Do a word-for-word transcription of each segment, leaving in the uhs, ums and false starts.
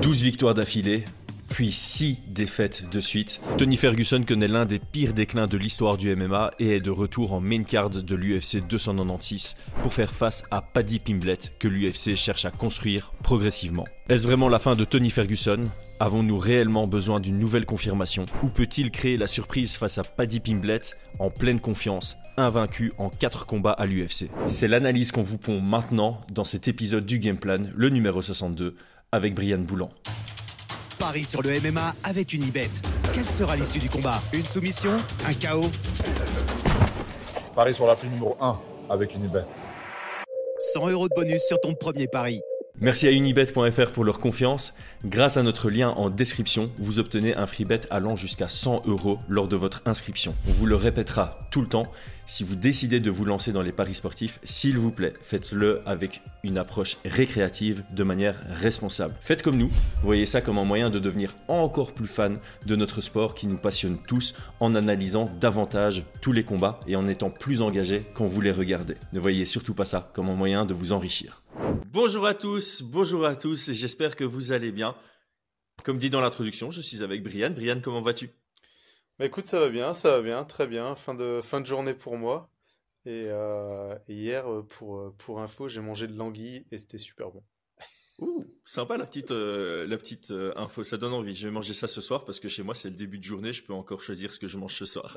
douze victoires d'affilée, puis six défaites de suite. Tony Ferguson connaît l'un des pires déclins de l'histoire du M M A et est de retour en main card de l'U F C deux cent quatre-vingt-seize pour faire face à Paddy Pimblett que l'U F C cherche à construire progressivement. Est-ce vraiment la fin de Tony Ferguson ? Avons-nous réellement besoin d'une nouvelle confirmation ? Ou peut-il créer la surprise face à Paddy Pimblett en pleine confiance, invaincu en quatre combats à l'U F C ? C'est l'analyse qu'on vous pond maintenant dans cet épisode du Game Plan, le numéro soixante-deux, avec Brian Boulan. Paris sur le M M A avec Unibet. Quelle sera l'issue du combat ? Une soumission ? Un K O ? Paris sur l'appli numéro un avec Unibet. cent euros de bonus sur ton premier pari. Merci à unibet point f r pour leur confiance. Grâce à notre lien en description, vous obtenez un free bet allant jusqu'à cent euros lors de votre inscription. On vous le répétera tout le temps. Si vous décidez de vous lancer dans les paris sportifs, s'il vous plaît, faites-le avec une approche récréative de manière responsable. Faites comme nous, voyez ça comme un moyen de devenir encore plus fan de notre sport qui nous passionne tous en analysant davantage tous les combats et en étant plus engagé quand vous les regardez. Ne voyez surtout pas ça comme un moyen de vous enrichir. Bonjour à tous, bonjour à tous, j'espère que vous allez bien. Comme dit dans l'introduction, je suis avec Brian. Brian, comment vas-tu ? Bah écoute, ça va bien, ça va bien, très bien. Fin de, fin de journée pour moi. Et, euh, et hier, pour, pour info, j'ai mangé de l'anguille et c'était super bon. Ouh, sympa la petite, euh, la petite euh, info, ça donne envie. Je vais manger ça ce soir parce que chez moi, c'est le début de journée, je peux encore choisir ce que je mange ce soir.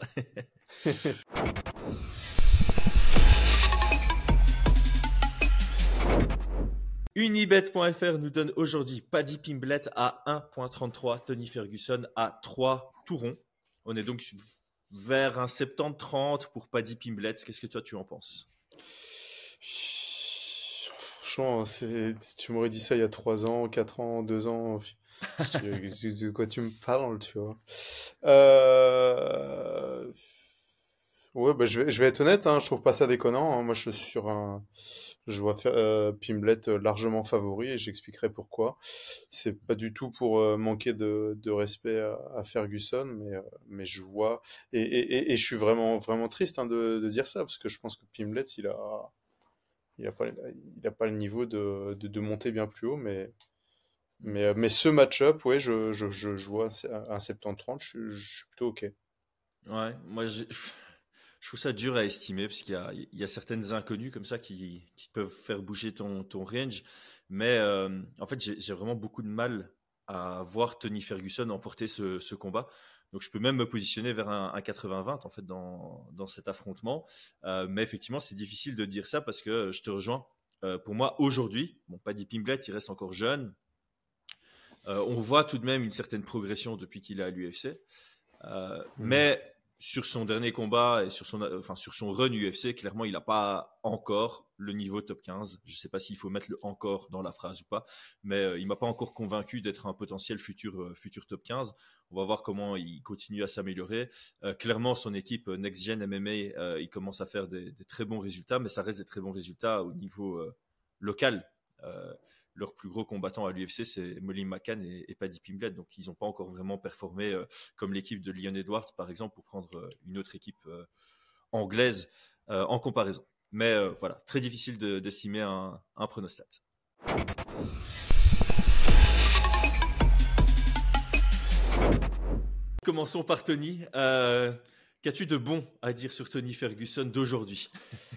unibet point f r nous donne aujourd'hui Paddy Pimblett à un virgule trente-trois, Tony Ferguson à trois tout rond. On est donc vers un soixante-dix trente pour Paddy Pimblett. Qu'est-ce que toi tu en penses ? Franchement, c'est... si tu m'aurais dit ça il y a trois ans, quatre ans, deux ans, je... de quoi tu me parles, tu vois. Euh... Ouais, bah, je vais, je vais être honnête, hein, je trouve pas ça déconnant. Hein. Moi, je suis sur un, je vois faire, euh, Pimblett largement favori et j'expliquerai pourquoi. C'est pas du tout pour euh, manquer de, de respect à, à Ferguson, mais, euh, mais je vois et, et, et, et je suis vraiment, vraiment triste hein, de, de dire ça parce que je pense que Pimblett, il a, il a pas, il a pas le niveau de, de, de monter bien plus haut, mais, mais, mais ce match-up, ouais, je, je, je, je vois un soixante-dix trente, je, je suis plutôt ok. Ouais, moi j'ai. Je trouve ça dur à estimer parce qu'il y a, il y a certaines inconnues comme ça qui, qui peuvent faire bouger ton, ton range. Mais euh, en fait, j'ai, j'ai vraiment beaucoup de mal à voir Tony Ferguson emporter ce, ce combat. Donc, je peux même me positionner vers un, un quatre-vingts vingt en fait, dans, dans cet affrontement. Euh, mais effectivement, c'est difficile de dire ça parce que je te rejoins. Euh, pour moi, aujourd'hui, bon, Paddy Pimblett, il reste encore jeune. Euh, on voit tout de même une certaine progression depuis qu'il est à l'U F C. Euh, mmh. Mais sur son dernier combat et sur son, enfin, sur son run U F C, clairement, il n'a pas encore le niveau top quinze. Je ne sais pas s'il faut mettre le « encore » dans la phrase ou pas, mais euh, il ne m'a pas encore convaincu d'être un potentiel futur, euh, futur top quinze. On va voir comment il continue à s'améliorer. Euh, clairement, son équipe Next Gen M M A, euh, il commence à faire des, des très bons résultats, mais ça reste des très bons résultats au niveau euh, local. Euh, Leurs plus gros combattants à l'U F C, c'est Molly McCann et, et Paddy Pimblett. Donc, ils n'ont pas encore vraiment performé euh, comme l'équipe de Leon Edwards, par exemple, pour prendre euh, une autre équipe euh, anglaise euh, en comparaison. Mais euh, voilà, très difficile de, d'estimer un, un pronostat. Commençons par Tony. Euh, qu'as-tu de bon à dire sur Tony Ferguson d'aujourd'hui ?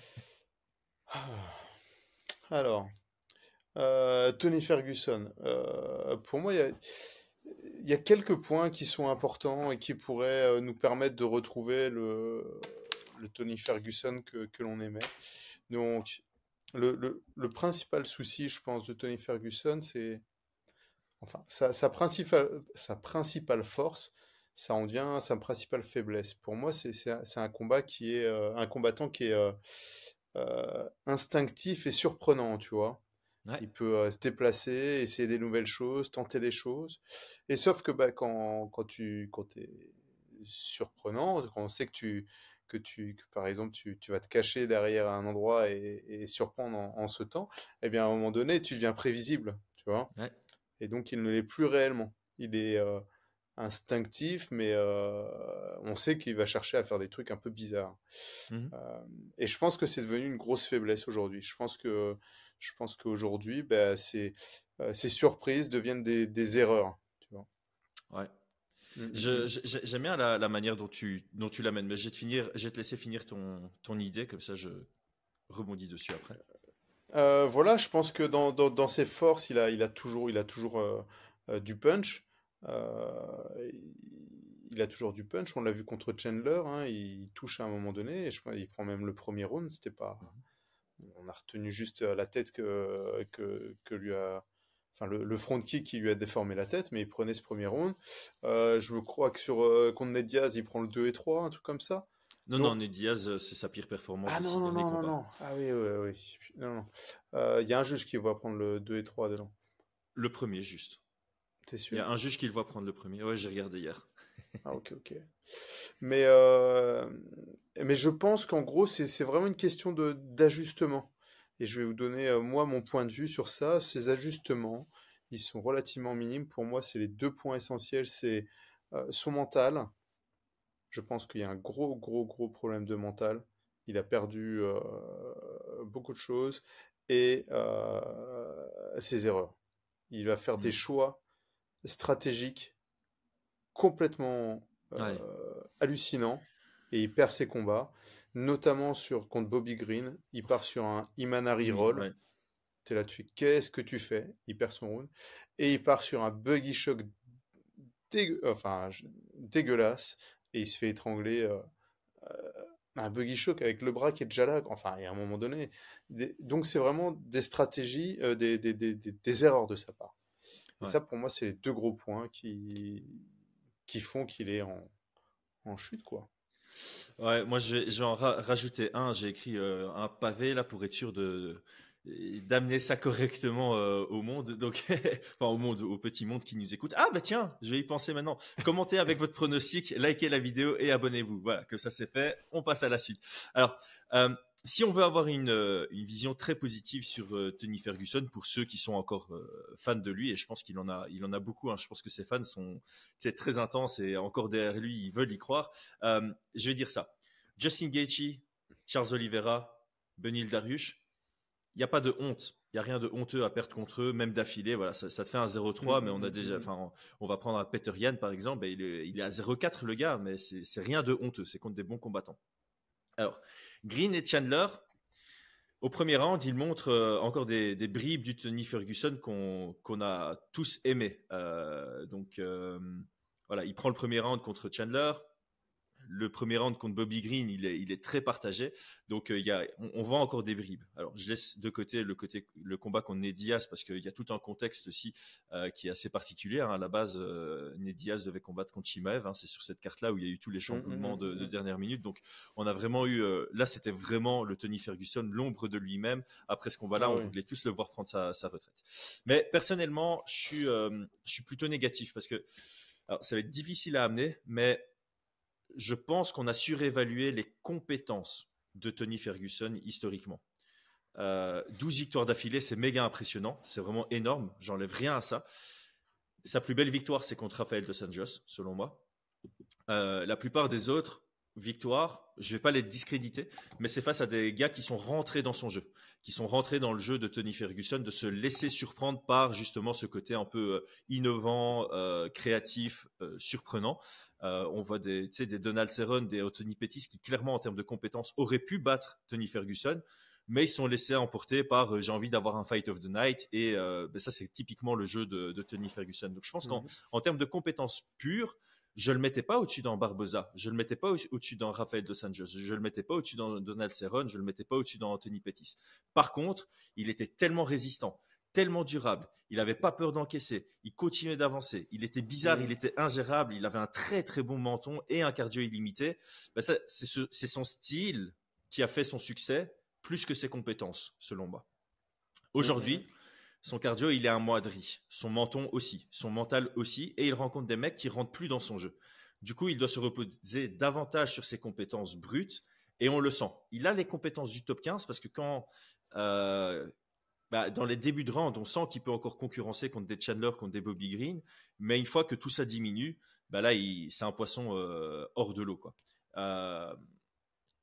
Alors... Euh, Tony Ferguson, euh, pour moi, il y a, y a quelques points qui sont importants et qui pourraient euh, nous permettre de retrouver le, le Tony Ferguson que, que l'on aimait. Donc, le, le, le principal souci, je pense, de Tony Ferguson, c'est, enfin, sa, sa, principale, sa principale force, ça en devient sa principale faiblesse. Pour moi, c'est, c'est, un, c'est un combat qui est euh, un combattant qui est euh, euh, instinctif et surprenant, tu vois. Ouais. Il peut euh, se déplacer, essayer des nouvelles choses, tenter des choses. Et sauf que bah, quand, quand tu quand es surprenant, quand on sait que, tu, que, tu, que par exemple tu, tu vas te cacher derrière un endroit et, et surprendre en, en ce temps, eh bien à un moment donné, tu deviens prévisible, tu vois. Ouais. Et donc il ne l'est plus réellement. Il est euh, instinctif, mais euh, on sait qu'il va chercher à faire des trucs un peu bizarres. Mmh. Euh, et je pense que c'est devenu une grosse faiblesse aujourd'hui. Je pense que Je pense qu'aujourd'hui, bah, c'est, euh, ces surprises deviennent des, des erreurs. Tu vois. Ouais. Mm, mm, Je, mm. je- j'ai- j'aime bien la, la manière dont tu, dont tu l'amènes, mais je vais te finir, je vais te laisser finir ton, ton idée, comme ça je rebondis dessus après. Euh, voilà, je pense que dans, dans, dans ses forces, il a, il a toujours, il a toujours euh, euh, du punch. Euh, il a toujours du punch. On l'a vu contre Chandler, hein, il touche à un moment donné. Et je pense, il prend même le premier round. C'était pas, Mhm. on a retenu juste la tête que, que, que lui a, enfin le, le front kick qui lui a déformé la tête, mais il prenait ce premier round. Euh, je me crois que sur euh, contre Ned Diaz, il prend le deux et trois, un truc comme ça. Non, non, Donc, Ned Diaz, euh, c'est sa pire performance ah des non, six non, derniers non, non, combats. non. Ah oui, oui, oui. oui. Non, non. Euh, Il y a un juge qui va prendre le deux et trois dedans. Le premier, juste. T'es Il y sûr? a un juge qui le voit prendre le premier. Ouais, j'ai regardé hier. Ah ok, ok. Mais, euh, mais je pense qu'en gros, c'est c'est vraiment une question de d'ajustement. Et je vais vous donner, euh, moi, mon point de vue sur ça. Ces ajustements, ils sont relativement minimes. Pour moi, c'est les deux points essentiels. C'est euh, son mental. Je pense qu'il y a un gros, gros, gros problème de mental. Il a perdu euh, beaucoup de choses. Et euh, ses erreurs. Il va faire des Mm. choix stratégiques complètement Ouais. euh, hallucinant et il perd ses combats, notamment sur contre Bobby Green. Il part sur un Imanari Oui, roll. ouais. T'es là, tu fais qu'est-ce que tu fais? Il perd son round et il part sur un buggy shock dégueu- enfin je- dégueulasse et il se fait étrangler. euh, euh, un buggy shock avec le bras qui est déjà là. Enfin, et à un moment donné. Des- donc c'est vraiment des stratégies, euh, des, des, des, des- des erreurs de sa part. Et Ouais. ça, pour moi, c'est les deux gros points qui, qui font qu'il est en, en chute, quoi. Ouais, moi je vais, je vais en ra- rajouter un. J'ai écrit euh, un pavé là pour être sûr de d'amener ça correctement euh, au monde. Donc, enfin au monde, au petit monde qui nous écoute. Ah bah tiens, je vais y penser maintenant. Commentez avec votre pronostic, likez la vidéo et abonnez-vous. Voilà, que ça c'est fait. On passe à la suite. Alors, euh, si on veut avoir une, euh, une vision très positive sur euh, Tony Ferguson, pour ceux qui sont encore euh, fans de lui, et je pense qu'il en a, il en a beaucoup. Hein, je pense que ses fans sont, c'est très intenses et encore derrière lui, ils veulent y croire. Euh, je vais dire ça. Justin Gaethje, Charles Oliveira, Benil Dariush, il n'y a pas de honte. Il n'y a rien de honteux à perdre contre eux, même d'affilée. Voilà, ça, ça te fait un zéro Mm, trois, mais on a mm, déjà, mm, enfin, on, on va prendre un Peter Yan par exemple, et il, est, il est à zéro quatre le gars, mais c'est c'est rien de honteux. C'est contre des bons combattants. Alors, Green et Chandler, au premier round, ils montrent euh, encore des, des bribes du Tony Ferguson qu'on qu'on a tous aimé. Euh, donc, euh, voilà, il prend le premier round contre Chandler. Le premier round contre Bobby Green, il est, il est très partagé. Donc, euh, il y a, on, on voit encore des bribes. Alors, je laisse de côté le, côté, le combat contre Ned Diaz parce qu'il y a tout un contexte aussi euh, qui est assez particulier. Hein. À la base, euh, Ned Diaz devait combattre contre Chimaev. Hein. C'est sur cette carte-là où il y a eu tous les mm, mm, chamboulements de, mm, de mm. dernière minute. Donc, on a vraiment eu. Euh, là, c'était vraiment le Tony Ferguson, l'ombre de lui-même. Après ce combat-là, Ah on oui. voulait tous le voir prendre sa, sa retraite. Mais personnellement, je suis, euh, je suis plutôt négatif parce que alors, ça va être difficile à amener, mais je pense qu'on a surévalué les compétences de Tony Ferguson historiquement. Euh, douze victoires d'affilée, c'est méga impressionnant. C'est vraiment énorme. J'enlève rien à ça. Sa plus belle victoire, c'est contre Rafael dos Anjos, selon moi. Euh, la plupart des autres victoires, je ne vais pas les discréditer, mais c'est face à des gars qui sont rentrés dans son jeu, qui sont rentrés dans le jeu de Tony Ferguson, de se laisser surprendre par justement ce côté un peu euh, innovant, euh, créatif, euh, surprenant. Euh, on voit des, des Donald Cerrone, des Anthony Pettis qui clairement en termes de compétences auraient pu battre Tony Ferguson, mais ils sont laissés emporter par euh, j'ai envie d'avoir un fight of the night et euh, ben ça c'est typiquement le jeu de, de Tony Ferguson. Donc je pense qu'en Mhm. en termes de compétences pures, je le mettais pas au-dessus d'un Barboza, je le mettais pas au- au-dessus d'un Rafael dos Anjos, je le mettais pas au-dessus d'un Donald Cerrone, je le mettais pas au-dessus d'un Anthony Pettis. Par contre, il était tellement résistant, tellement durable, il avait pas peur d'encaisser, il continuait d'avancer, il était bizarre, il Mhm. était ingérable, il avait un très très bon menton et un cardio illimité. Ben ça, c'est, ce- c'est son style qui a fait son succès plus que ses compétences, selon moi. Mhm. Aujourd'hui, son cardio, il est amoindri. Son menton aussi. Son mental aussi. Et il rencontre des mecs qui rentrent plus dans son jeu. Du coup, il doit se reposer davantage sur ses compétences brutes. Et on le sent. Il a les compétences du top quinze parce que quand, euh, bah, dans les débuts de round, on sent qu'il peut encore concurrencer contre des Chandler, contre des Bobby Green. Mais une fois que tout ça diminue, bah là, il, c'est un poisson euh, hors de l'eau, quoi. Euh,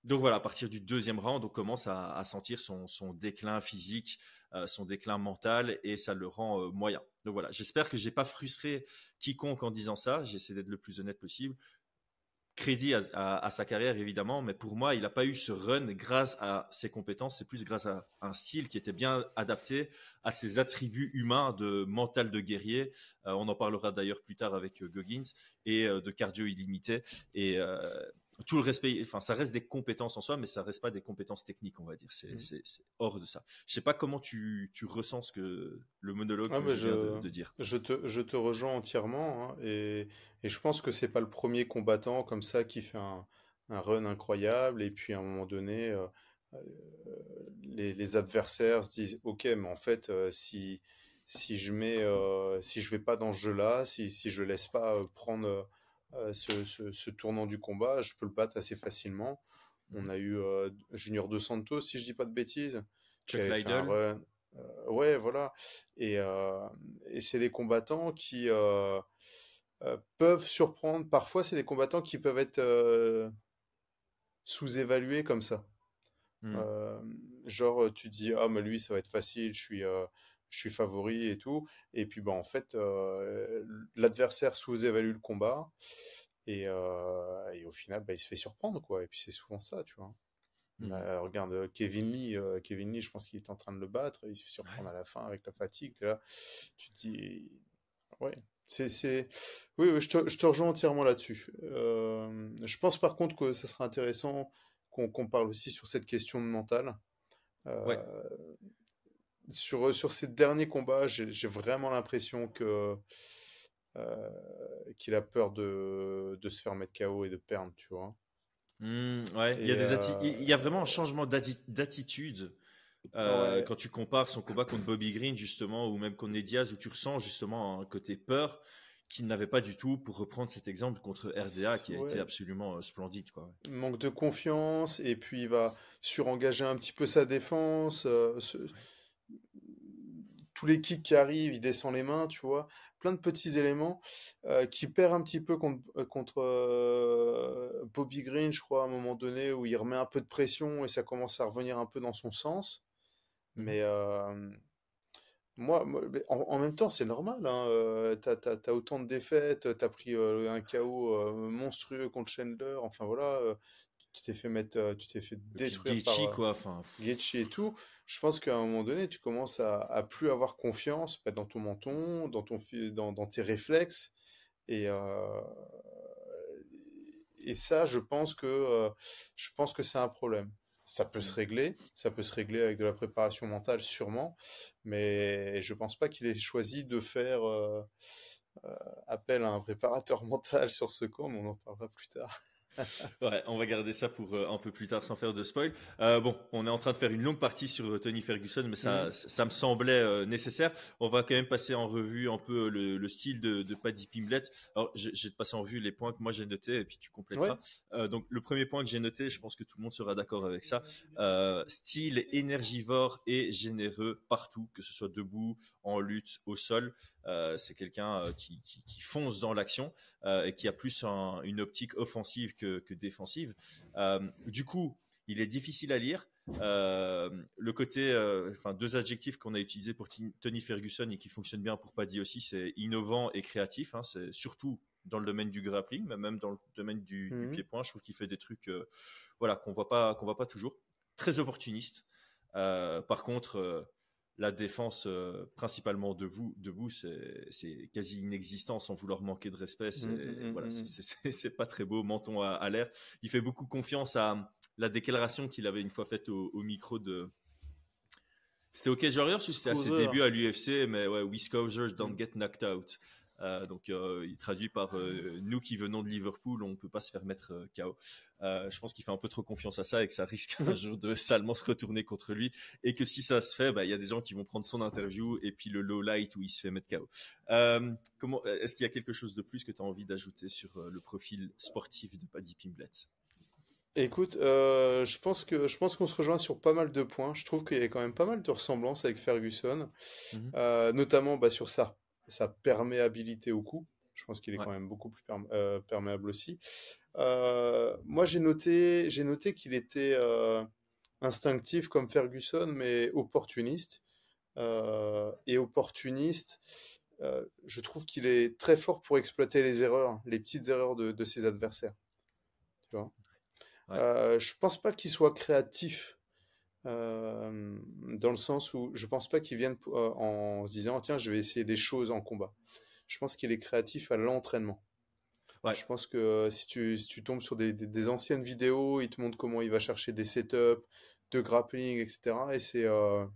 Donc voilà, à partir du deuxième round, on commence à, à sentir son, son déclin physique, euh, son déclin mental, et ça le rend euh, moyen. Donc voilà, j'espère que j'ai pas frustré quiconque en disant ça. J'essaie d'être le plus honnête possible. Crédit à, à- à sa carrière évidemment, mais pour moi, il n'a pas eu ce run grâce à ses compétences. C'est plus grâce à un style qui était bien adapté à ses attributs humains de mental de guerrier. Euh, on en parlera d'ailleurs plus tard avec euh, Goggins, et euh, de cardio illimité. Et euh, tout le respect, enfin, ça reste des compétences en soi, mais ça reste pas des compétences techniques, on va dire. C'est, Mm. c'est, c'est hors de ça. Je sais pas comment tu, tu ressens ce que le monologue Ah, que mais je viens de, je, de dire. je te, je te rejoins entièrement, hein, et, et je pense que c'est pas le premier combattant comme ça qui fait un, un run incroyable et puis à un moment donné, euh, euh, les, les adversaires se disent, ok, mais en fait, euh, si, si je mets, euh, si je vais pas dans ce jeu-là, si, si je laisse pas euh, prendre euh, ce, ce, ce tournant du combat, je peux le battre assez facilement. On a eu euh, Junior Dos Santos, si je dis pas de bêtises, qui Chuck avait fait un Liddell. run. Euh, ouais, voilà. Et, euh, et c'est des combattants qui euh, euh, peuvent surprendre. Parfois, c'est des combattants qui peuvent être euh, sous-évalués comme ça. Hmm. Euh, genre, tu te dis, ah, mais lui, ça va être facile, je suis, euh, je suis favori et tout. Et puis, bah, en fait, euh, l'adversaire sous-évalue le combat. Et, euh, et au final, bah, il se fait surprendre, quoi. Et puis, c'est souvent ça, tu vois. Hmm. Bah, regarde, euh, Kevin Lee, euh, Kevin Lee, je pense qu'il est en train de le battre. Il se fait Ouais. surprendre à la fin avec la fatigue. T'es là, tu te dis, ouais. C'est, c'est... Oui, oui, je te, je te rejoins entièrement là-dessus. Euh, je pense par contre que ça serait intéressant qu'on qu'on parle aussi sur cette question de mental. Ouais. Euh, sur, sur ces derniers combats, j'ai j'ai vraiment l'impression que euh, qu'il a peur de, de se faire mettre K O et de perdre, tu vois. Hmm, ouais, il y a Et des atti- euh, il y a vraiment un changement d'atti- d'attitude euh, ouais, quand tu compares son combat contre Bobby Green justement, ou même contre Ned Diaz, où tu ressens justement un côté peur qu'il n'avait pas du tout, pour reprendre cet exemple, contre R D A, c'est- qui a été ouais, absolument euh, splendide, quoi. manque de confiance, et puis il va surengager un petit peu sa défense. Euh, ce- tous les kicks qui arrivent, il descend les mains, tu vois. Plein de petits éléments euh, qui perd un petit peu contre, euh, contre euh, Bobby Green, je crois, à un moment donné, où il remet un peu de pression et ça commence à revenir un peu dans son sens. Mhm. Mais euh, moi, moi, mais en, en même temps, c'est normal, hein, euh, t'as, t'as- t'as autant de défaites, t'as pris euh, un K O euh, monstrueux contre Chandler, enfin voilà, euh, tu t'es fait mettre, euh, tu t'es fait Et puis détruire par Gaethje, euh, quoi. Enfin, pff, Gaethje et tout. Je pense qu'à un moment donné, tu commences à, à plus avoir confiance bah, dans ton menton, dans ton, fi- dans, dans tes réflexes, et euh, et ça, je pense que euh, je pense que c'est un problème. Ça peut se hmm. régler, ça peut se régler avec de la préparation mentale sûrement, mais je pense pas qu'il ait choisi de faire euh, euh, appel à un préparateur mental sur ce camp, mais on en parlera plus tard. Ouais, on va garder ça pour euh, un peu plus tard sans faire de spoil. Euh, bon, on est en train de faire une longue partie sur euh, Tony Ferguson, mais ça, Mhm. ça me semblait euh, nécessaire. On va quand même passer en revue un peu le, le style de, de Paddy Pimblett. Alors, je, je vais te passer en revue les points que moi j'ai notés et puis tu Ouais. compléteras. Euh, donc, le premier point que j'ai noté, je pense que tout le monde sera d'accord avec ça. Euh, style énergivore et généreux partout, que ce soit debout, en lutte, au sol. Euh, c'est quelqu'un euh, qui, qui, qui fonce dans l'action euh, et qui a plus un- une optique offensive que, que défensive. Euh, du coup, il est difficile à lire. Euh, le côté, euh, enfin, deux adjectifs qu'on a utilisés pour Tony Ferguson et qui fonctionnent bien pour Paddy aussi, c'est innovant et créatif. Hein, c'est surtout dans le domaine du grappling, mais même dans le domaine du, du Mhm. pied-point. Je trouve qu'il fait des trucs, euh, voilà, qu'on voit pas, qu'on voit pas toujours. Très opportuniste. Euh, par contre, euh, la défense, euh, principalement debout, debout c'est, c'est quasi inexistant, sans vouloir manquer de respect. Mhm, C'est, mhm, voilà, c'est, mhm. c'est, c'est pas très beau, menton à, à l'air. Il fait beaucoup confiance à la déclaration qu'il avait une fois faite au, au micro de. C'était au Cage Warriors ou c'était à ses Scouser. débuts à l'U F C, mais ouais, We Scousers don't get knocked out. Euh, donc, euh, il traduit par euh, nous qui venons de Liverpool, on ne peut pas se faire mettre euh, K O. Euh, je pense qu'il fait un peu trop confiance à ça et que ça risque un jour de salement se retourner contre lui. Et que si ça se fait, bah, il y a des gens qui vont prendre son interview et puis le low light où il se fait mettre K O. Euh, comment, est-ce qu'il y a quelque chose de plus que tu as envie d'ajouter sur euh, le profil sportif de Paddy Pimblett? Écoute, euh, je pense que je pense qu'on se rejoint sur pas mal de points. Je trouve qu'il y a quand même pas mal de ressemblances avec Ferguson, Mhm. euh, notamment bah, sur sa sa perméabilité au coup. Je pense qu'il est Ouais. quand même beaucoup plus perm- euh, perméable aussi. Euh, moi, j'ai noté, j'ai noté qu'il était euh, instinctif comme Ferguson, mais opportuniste. Euh, et opportuniste, euh, je trouve qu'il est très fort pour exploiter les erreurs, les petites erreurs de, de ses adversaires. Tu vois. Ouais. Euh, je pense pas qu'il soit créatif. Euh, dans le sens où je pense pas qu'il vienne pour- euh, en se disant tiens je vais essayer des choses en combat. Je pense qu'il est créatif à l'entraînement. Ouais. Je pense que euh, si tu, si tu tombes sur des, des- des anciennes vidéos, il te montre comment il va chercher des setups, de grappling, et cetera. Et c'est euh,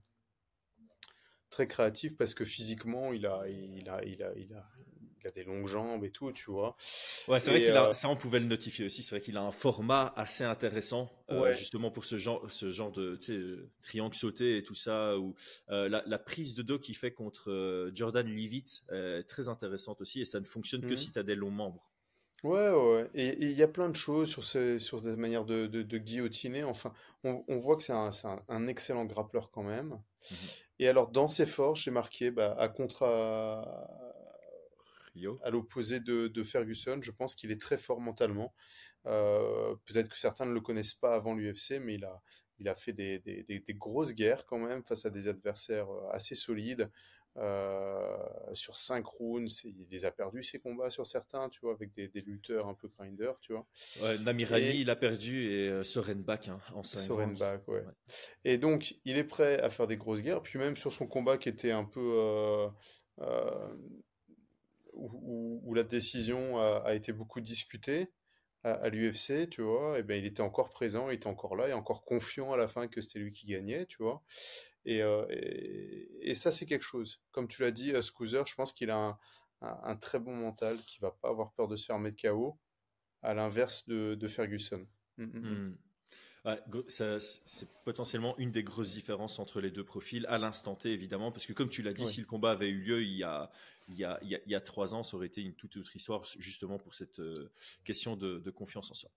très créatif parce que physiquement, il a, il a, il a, il a, il a des longues jambes et tout, tu vois. Ouais, c'est vrai Et qu'il a, euh, ça on pouvait le notifier aussi, c'est vrai qu'il a un format assez intéressant, euh, ouais. justement pour ce genre, ce genre de tu sais, euh, triangle sauté et tout ça, ou euh, la, la prise de dos qu'il fait contre euh, Jordan Leavitt est très intéressante aussi, et ça ne fonctionne que Mhm. si tu as des longs membres. Ouais, ouais, ouais. Et et il y a plein de choses sur, ce, sur cette manière de, de, de guillotiner. Enfin, on, on voit que c'est un, c'est un, un excellent grappleur quand même. Mhm. Et alors, dans ses forces, j'ai marqué, bah, à contra, Rio. à l'opposé de, de Ferguson, je pense qu'il est très fort mentalement. Euh, peut-être que certains ne le connaissent pas avant l'U F C, mais il a, il a fait des, des, des- des grosses guerres quand même face à des adversaires euh, assez solides. Euh, sur cinq rounds, c'est- il les a perdus ses combats sur certains, tu vois, avec des, des lutteurs un peu grinder, tu vois. Ouais, Namirani, Et il a perdu, et euh, Sorenbach hein, en cinq rounds. Sorenbach, ouais. Ouais. Et donc, il est prêt à faire des grosses guerres. Puis même sur son combat qui était un peu euh, euh, où, où- où la décision a, a été beaucoup discutée à, à l'U F C, tu vois, et ben il était encore présent, il était encore là, et encore confiant à la fin que c'était lui qui gagnait, tu vois. Et, euh, et, et ça, c'est quelque chose. Comme tu l'as dit, euh, Scoozer, je pense qu'il a un, un- un très bon mental, qui va pas avoir peur de se faire mettre K O, à l'inverse de, de Ferguson. Mm, mm, mm. Hmm. Ouais, gr- ça, c- c'est potentiellement une des grosses différences entre les deux profils, à l'instant T évidemment, parce que comme tu l'as dit, Ouais. si le combat avait eu lieu il y a, il y a, il y a, il y a trois ans, ça aurait été une toute autre histoire, justement pour cette euh, question de, de confiance en soi.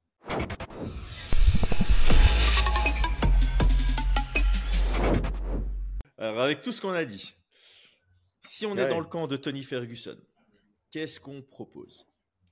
Alors, avec tout ce qu'on a dit, si on est dans Ouais. le camp de Tony Ferguson, qu'est-ce qu'on propose?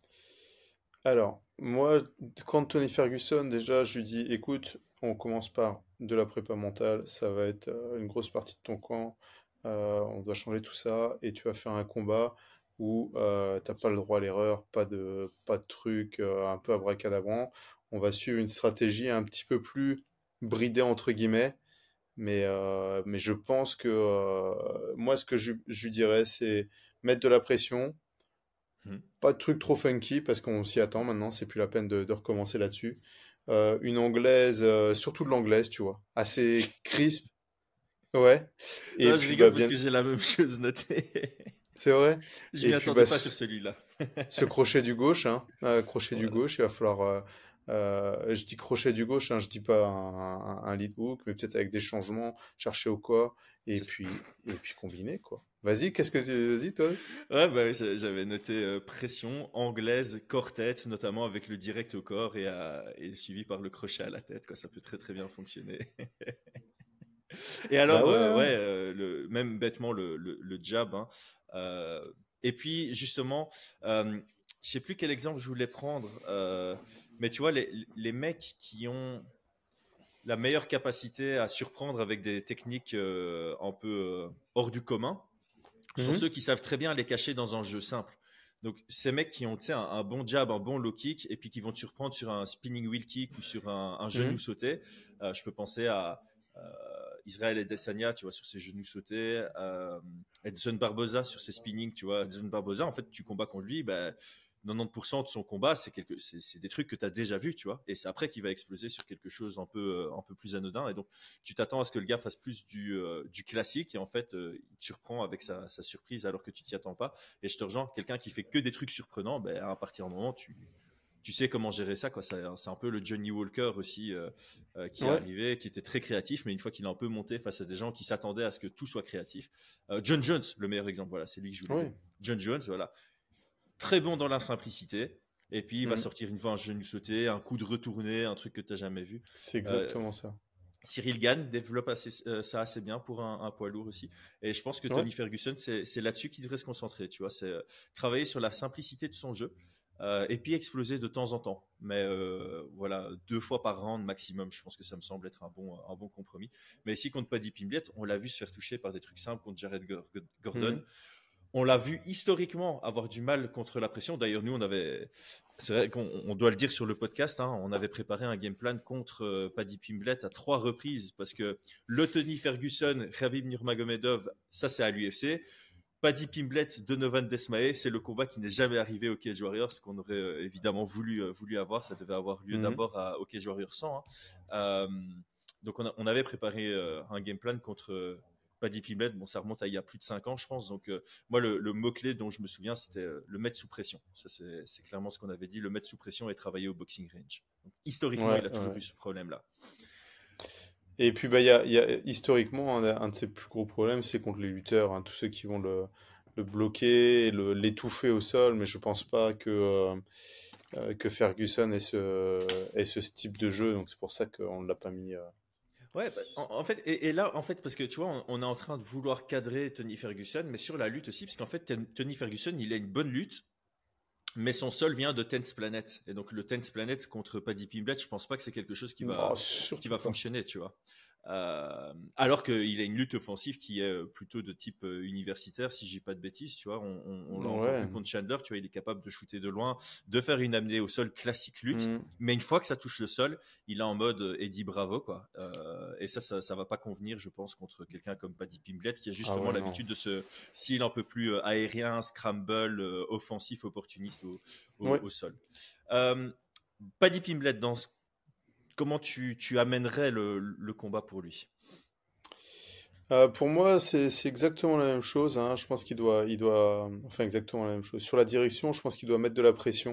Alors, moi, quand Tony Ferguson, déjà, je lui dis, écoute, on commence par de la prépa mentale, ça va être euh, une grosse partie de ton camp, euh, on doit changer tout ça, et tu vas faire un combat où euh, t'as pas le droit à l'erreur, pas de, pas de trucs euh, un peu abracadabrant. On va suivre une stratégie un petit peu plus bridée, entre guillemets, mais, euh, mais je pense que euh, moi, ce que je, je lui dirais, c'est mettre de la pression, Hmm. pas de truc trop funky parce qu'on s'y attend maintenant, c'est plus la peine de, de recommencer là-dessus. Euh, une anglaise, euh, surtout de l'anglaise, tu vois, assez crisp, ouais. Et Non, je puis bah rigole parce bien, que j'ai la même chose notée. c'est vrai. Je Et m'y puis bah attendais pas sur ce, celui-là. ce crochet du gauche, hein, euh, crochet du Voilà. gauche, il va falloir. Euh, euh, je dis crochet du gauche, hein, je dis pas un, un- un lead hook, mais peut-être avec des changements, chercher au corps et C'est ça. puis et puis combiner quoi. Vas-y, qu'est-ce que tu vas-y toi? Ouais, bah oui, j'a- j'avais noté euh, pression anglaise, corps-tête, notamment avec le direct au corps et, à- et suivi par le crochet à la tête, quoi. Ça peut très très bien fonctionner. Et Bah alors, ouais, euh, ouais. ouais, euh, le, même bêtement le, le, le jab. Hein. Euh, et puis justement, euh, je sais plus quel exemple je voulais prendre, euh, mais tu vois, les, les mecs qui ont la meilleure capacité à surprendre avec des techniques euh, un peu euh, hors du commun sont Mhm, ceux qui savent très bien les cacher dans un jeu simple. Donc, ces mecs qui ont tu sais, un, un bon jab, un bon low kick, et puis qui vont te surprendre sur un spinning wheel kick ou sur un, un genou mhm, sauté. Euh, je peux penser à euh, Israël Adesanya, tu vois, sur ses genoux sautés, euh, Edson Barboza sur ses spinning, tu vois. Edson Barboza, en fait, tu combats contre lui, ben, quatre-vingt-dix pour cent de son combat, c'est quelque, c'est, c'est des trucs que tu as déjà vus, tu vois. Et c'est après qu'il va exploser sur quelque chose un peu, euh, un peu plus anodin. Et donc, tu t'attends à ce que le gars fasse plus du, euh, du classique, et en fait, euh, il te surprend avec sa, sa surprise alors que tu t'y attends pas. Et je te rejoins, quelqu'un qui fait que des trucs surprenants, ben, à partir du moment, tu, tu sais comment gérer ça, quoi. C'est, c'est un peu le Johnny Walker aussi euh, euh, qui est ouais. arrivé, qui était très créatif, mais une fois qu'il a un peu monté face à des gens qui s'attendaient à ce que tout soit créatif. Euh, John Jones, le meilleur exemple, voilà, c'est lui que je voulais dire. Ouais. John Jones, voilà, très bon dans la simplicité. Et puis il va Mhm. sortir une fois un genou sauté, un coup de retourné, un truc que tu n'as jamais vu. C'est Euh, exactement ça. Cyril Gane développe assez, euh, ça assez bien pour un, un poids lourd aussi. Et je pense que Ouais. Tony Ferguson, c'est c'est là-dessus qu'il devrait se concentrer. Tu vois, c'est euh, travailler sur la simplicité de son jeu euh, et puis exploser de temps en temps. Mais euh, voilà, deux fois par round maximum, je pense que ça me semble être un bon, un bon compromis. Mais ici, contre Paddy Pimblett, on l'a vu se faire toucher par des trucs simples contre Jared Gor- Gordon. Mhm. On l'a vu historiquement avoir du mal contre la pression. D'ailleurs, nous, on avait, c'est vrai qu'on on doit le dire sur le podcast, hein, on avait préparé un game plan contre euh, Paddy Pimblett à trois reprises parce que le Tony Ferguson, Khabib Nurmagomedov, ça c'est à l'U F C. Paddy Pimblett, Donovan Desmae, c'est le combat qui n'est jamais arrivé au Cage Warriors, qu'on aurait euh, évidemment voulu, euh, voulu avoir. Ça devait avoir lieu Mhm. d'abord à- au Cage Warriors cent. Hein. Euh, donc on, a- on avait préparé euh, un game plan contre euh, Paddy Pimblett. Bon, ça remonte à il y a plus de cinq ans, je pense. Donc euh, moi, le, le mot-clé dont je me souviens, c'était euh, le mettre sous pression. Ça, c'est c'est clairement ce qu'on avait dit, le mettre sous pression et travailler au boxing range. Donc, historiquement, Ouais, il a toujours ouais. eu ce problème-là. Et puis, bah, il y a, il y a- historiquement, un, un de ses plus gros problèmes, c'est contre les lutteurs, hein, tous ceux qui vont le, le bloquer, le- l'étouffer au sol, mais je pense pas que, euh, euh, que Ferguson ait ce, ait ce type de jeu, donc c'est pour ça qu'on ne l'a pas mis. euh. Ouais, bah, en, en fait, et, et là, en fait, parce que tu vois, on, on est en train de vouloir cadrer Tony Ferguson, mais sur la lutte aussi, parce qu'en fait, Ten- Tony Ferguson, il a une bonne lutte, mais son sol vient de Tense Planet. Et donc, le Tense Planet contre Paddy Pimblett, je pense pas que c'est quelque chose qui Non, va, qui surtout va pas. fonctionner, tu vois. Euh, alors qu'il a une lutte offensive qui est euh, plutôt de type euh, universitaire, si je dis pas de bêtises, tu vois. On, on- on l'a encore Ouais. vu contre Chandler, tu vois, il est capable de shooter de loin, de faire une amenée au sol classique lutte. Mm. Mais une fois que ça touche le sol, il est en mode euh, Eddie Bravo, quoi. Euh, et ça, ça, ça va pas convenir, je pense, contre quelqu'un comme Paddy Pimblett, qui a Ah justement ouais, non. l'habitude de ce style un peu plus euh, aérien, scramble, euh, offensif, opportuniste au, au, Ouais. au sol. Euh, Paddy Pimblett, dans ce- comment tu, tu amènerais le, le combat pour lui? Euh, pour moi, c'est c'est exactement la même chose, hein. Je pense qu'il doit, il doit, enfin exactement la même chose. Sur la direction, je pense qu'il doit mettre de la pression.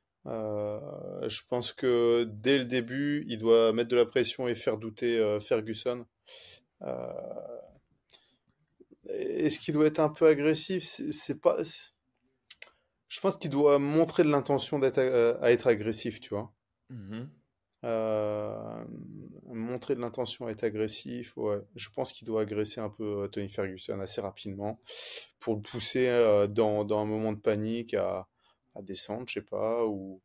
Euh, je pense que dès le début, il doit mettre de la pression et faire douter euh, Ferguson. Euh, Est-ce qu'il doit être un peu agressif? C'est c'est pas. Je pense qu'il doit montrer de l'intention d'être à, à être agressif, tu vois. Mhm. Euh, Montrer de l'intention à être agressif, ouais. Je pense qu'il doit agresser un peu euh, Tony Ferguson assez rapidement pour le pousser euh, dans, dans un moment de panique à, à descendre, je sais pas, ou,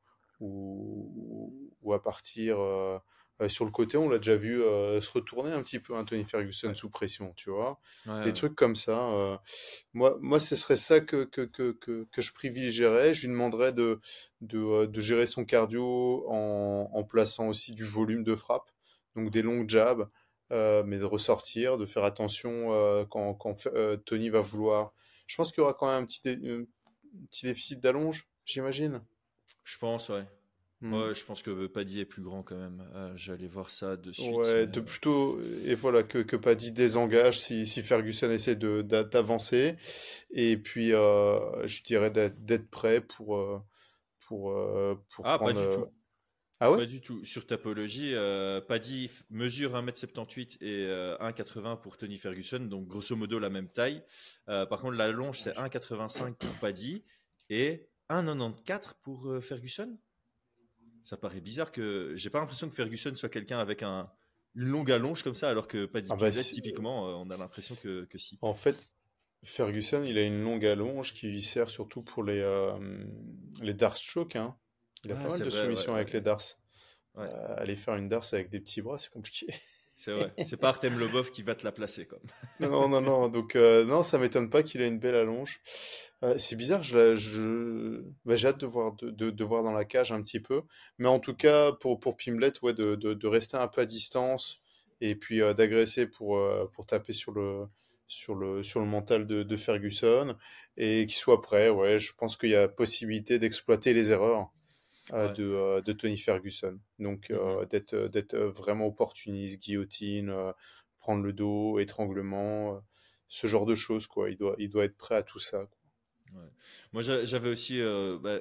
ou, ou à partir euh, euh, sur le côté. On l'a déjà vu euh, se retourner un petit peu, hein, Tony Ferguson Ouais. sous pression, tu vois. Ouais, Des ouais. trucs comme ça. euh, moi, moi, ce serait ça que, que, que, que, que je privilégierais. Je lui demanderais de, de, euh, de gérer son cardio en, en plaçant aussi du volume de frappe, donc des longs jabs, euh, mais de ressortir, de faire attention euh, quand, quand euh, Tony va vouloir. Je pense qu'il y aura quand même un petit, dé- un petit déficit d'allonge, j'imagine. Je pense, ouais. Hmm. Ouais, je pense que Paddy est plus grand quand même. Euh, J'allais voir ça de suite, Ouais, mais de euh, plutôt, et voilà, que, que Paddy désengage si, si Ferguson essaie de, d'a- d'avancer. Et puis, euh, je dirais d'être d'être prêt pour, euh, pour, euh, pour ah, pas prendre. du euh, tout. Ah ouais? Pas du tout. Sur Tapologie, euh, Paddy f- mesure un mètre soixante-dix-huit et euh, un mètre quatre-vingts pour Tony Ferguson, donc grosso modo la même taille. Euh, par contre, la longe, c'est un mètre quatre-vingt-cinq pour Paddy et un mètre quatre-vingt-quatorze pour euh, Ferguson. Ça paraît bizarre que. J'ai pas l'impression que Ferguson soit quelqu'un avec un, une longue allonge comme ça, alors que Paddy Ah bah Pimblett, si- typiquement, euh, on a l'impression que, que si. En fait, Ferguson, il a une longue allonge qui lui sert surtout pour les, euh, les darce choke, hein. Il a Ah, pas mal c'est de vrai, ouais, soumissions ouais, avec les darce. ouais. Euh, aller faire une darce avec des petits bras, c'est compliqué. C'est vrai. C'est pas Artem Lobov qui va te la placer, quoi. Non, non, non. Donc, euh, non, ça m'étonne pas qu'il ait une belle allonge. Euh, c'est bizarre, je, la- je... bah, j'ai hâte de voir, de, de, de voir dans la cage un petit peu. Mais en tout cas, pour, pour Pimblett, ouais, de, de, de rester un peu à distance et puis euh, d'agresser pour, euh, pour taper sur le, sur le, sur le mental de, de Ferguson et qu'il soit prêt. Ouais, je pense qu'il y a possibilité d'exploiter les erreurs euh, Ouais. de, euh, de Tony Ferguson. Donc, Mhm. euh, d'être, euh, d'être euh, vraiment opportuniste, guillotine, euh, prendre le dos, étranglement, euh, ce genre de choses, quoi. Il doit, il doit être prêt à tout ça. Ouais. Moi, j'a- j'avais aussi. euh, bah,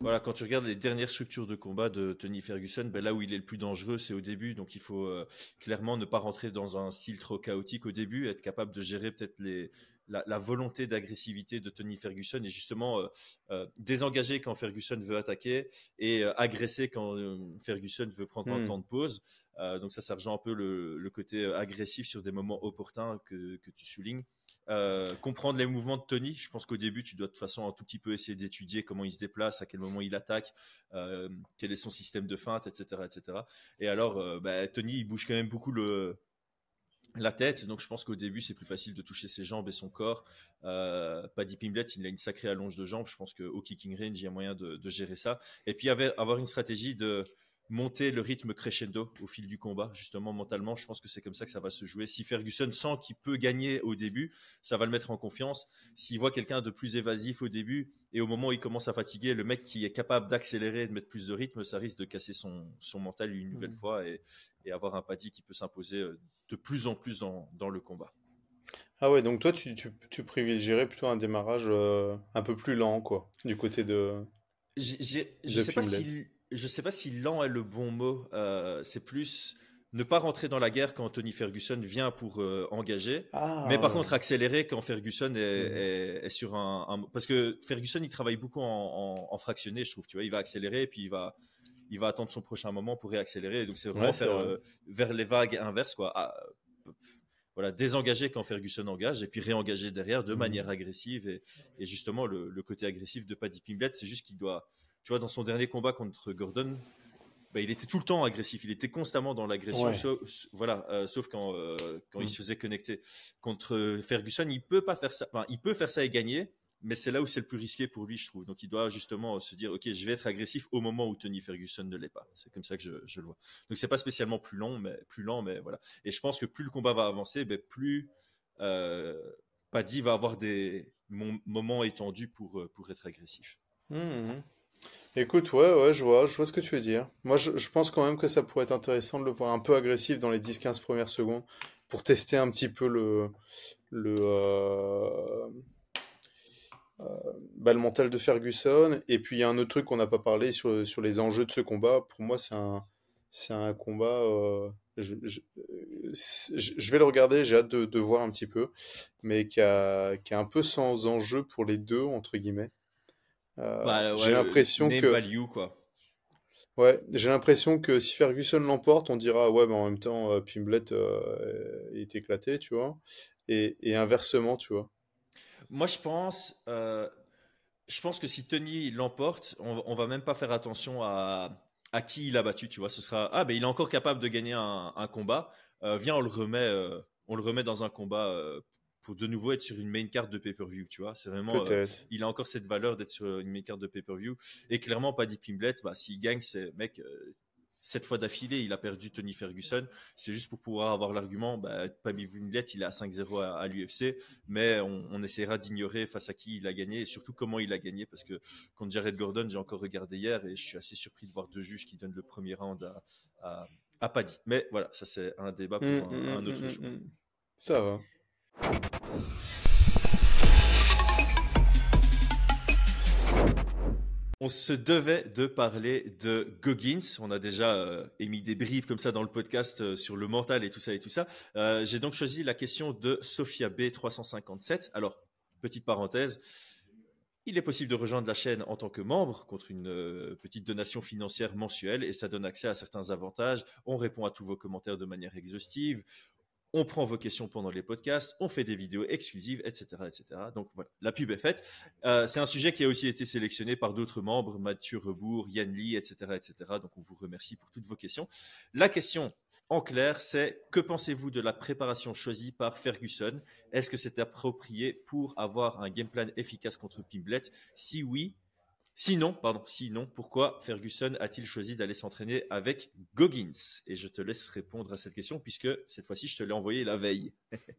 voilà, quand tu regardes les dernières structures de combat de Tony Ferguson, ben là où il est le plus dangereux, c'est au début. Donc il faut euh, clairement ne pas rentrer dans un style trop chaotique au début, être capable de gérer peut-être les, la, la volonté d'agressivité de Tony Ferguson et justement euh, euh, désengager quand Ferguson veut attaquer et euh, agresser quand euh, Ferguson veut prendre un Hmm. temps de pause. Euh, donc ça, ça rejoint un peu le, le côté euh, agressif sur des moments opportuns que, que tu soulignes. Euh, comprendre les mouvements de Tony, je pense qu'au début, tu dois de toute façon un tout petit peu essayer d'étudier comment il se déplace, à quel moment il attaque, euh, quel est son système de feinte, et cetera, et cetera. Et alors, euh, bah, Tony, il bouge quand même beaucoup le, la tête, donc je pense qu'au début, c'est plus facile de toucher ses jambes et son corps. Euh, Paddy Pimblett, il a une sacrée allonge de jambes. Je pense qu'au kicking range, il y a moyen de, de gérer ça. Et puis, avoir une stratégie de monter le rythme crescendo au fil du combat, justement mentalement, je pense que c'est comme ça que ça va se jouer. Si Ferguson sent qu'il peut gagner au début, ça va le mettre en confiance. S'il voit quelqu'un de plus évasif au début et au moment où il commence à fatiguer, le mec qui est capable d'accélérer et de mettre plus de rythme, ça risque de casser son, son mental une nouvelle Mmh. fois et, et avoir un Paddy qui peut s'imposer de plus en plus dans, dans le combat. Ah ouais, donc toi, tu, tu, tu privilégierais plutôt un démarrage euh, un peu plus lent, quoi, du côté de, J'ai- j'ai- je de sais pas Pimblett. si je sais pas si lent est le bon mot. Euh, c'est plus ne pas rentrer dans la guerre quand Tony Ferguson vient pour euh, engager, mais par Ah, contre accélérer quand Ferguson est, mhm. est- est sur un, un- parce que Ferguson il travaille beaucoup en, en, en fractionné, je trouve. Tu vois, il va accélérer et puis il va il va attendre son prochain moment pour réaccélérer. Donc c'est Ouais, vraiment c'est faire vrai. euh, vers les vagues inverses quoi. Ah, euh, voilà, désengager quand Ferguson engage et puis réengager derrière de Mhm. manière agressive et, et justement le, le côté agressif de Paddy Pimblett, c'est juste qu'il doit tu vois, dans son dernier combat contre Gordon, bah, il était tout le temps agressif. Il était constamment dans l'agression, Ouais. sauf, voilà, euh, sauf quand, euh, quand il Mhm. se faisait connecter. Contre Ferguson, il peut pas faire ça. Enfin, il peut faire ça et gagner, mais c'est là où c'est le plus risqué pour lui, je trouve. Donc, il doit justement se dire, ok, je vais être agressif au moment où Tony Ferguson ne l'est pas. C'est comme ça que je, je le vois. Donc, c'est pas spécialement plus long, mais plus lent, mais voilà. Et je pense que plus le combat va avancer, ben, plus euh, Paddy va avoir des mom- moments étendus pour, pour être agressif. Mhm. Écoute, ouais, ouais, je vois, je vois ce que tu veux dire. Moi, je, je pense quand même que ça pourrait être intéressant de le voir un peu agressif dans les dix quinze premières secondes pour tester un petit peu le, le, euh, bah, le mental de Ferguson. Et puis, il y a un autre truc qu'on n'a pas parlé sur, sur les enjeux de ce combat. Pour moi, c'est un, c'est un combat. euh, je, je, euh, je- je vais le regarder, j'ai hâte de, de voir un petit peu, mais qui a, qui est un peu sans enjeu pour les deux, entre guillemets. Euh, Bah j'ai ouais, le l'impression name que value, quoi. Ouais, j'ai l'impression que si Ferguson l'emporte, on dira ouais, mais en même temps, euh, Pimblett euh, est éclaté, tu vois. Et, et inversement, tu vois. Moi, je pense, euh, je pense que si Tony l'emporte, on, on va même pas faire attention à, à qui il a battu, tu vois. Ce sera, ah, ben il est encore capable de gagner un, un combat. Euh, viens, on le remet, euh, on le remet dans un combat euh, pour de nouveau être sur une main card de pay-per-view, tu vois. C'est vraiment, euh, Peut-être. il a encore cette valeur d'être sur une main card de pay-per-view. Et clairement, Paddy Pimblett, bah, s'il gagne, c'est, mec, euh, sept fois d'affilée, il a perdu Tony Ferguson. C'est juste pour pouvoir avoir l'argument, bah, Paddy Pimblett, il est à cinq zéro à, à l'U F C, mais on, on essaiera d'ignorer face à qui il a gagné et surtout comment il a gagné parce que contre Jared Gordon, j'ai encore regardé hier et je suis assez surpris de voir deux juges qui donnent le premier round à, à, à Paddy. Mais voilà, ça c'est un débat pour Hum, un, hum, un hum, autre hum, jour. hum. Ça va. On se devait de parler de Goggins. On a déjà euh, émis des bribes comme ça dans le podcast euh, sur le mental et tout ça et tout ça. Euh, j'ai donc choisi la question de Sophia B trois cent cinquante-sept. Alors, petite parenthèse, il est possible de rejoindre la chaîne en tant que membre contre une euh, petite donation financière mensuelle et ça donne accès à certains avantages. On répond à tous vos commentaires de manière exhaustive. On prend vos questions pendant les podcasts, on fait des vidéos exclusives, et cetera, et cetera. Donc voilà, la pub est faite. Euh, c'est un sujet qui a aussi été sélectionné par d'autres membres, Mathieu Rebourg, Yann Lee, et cetera, et cetera. Donc on vous remercie pour toutes vos questions. La question en clair, c'est que pensez-vous de la préparation choisie par Ferguson? Est-ce que c'est approprié pour avoir un game plan efficace contre Pimblett? Si oui, Sinon, pardon, sinon, pourquoi Ferguson a-t-il choisi d'aller s'entraîner avec Goggins? Et je te laisse répondre à cette question puisque cette fois-ci, je te l'ai envoyé la veille.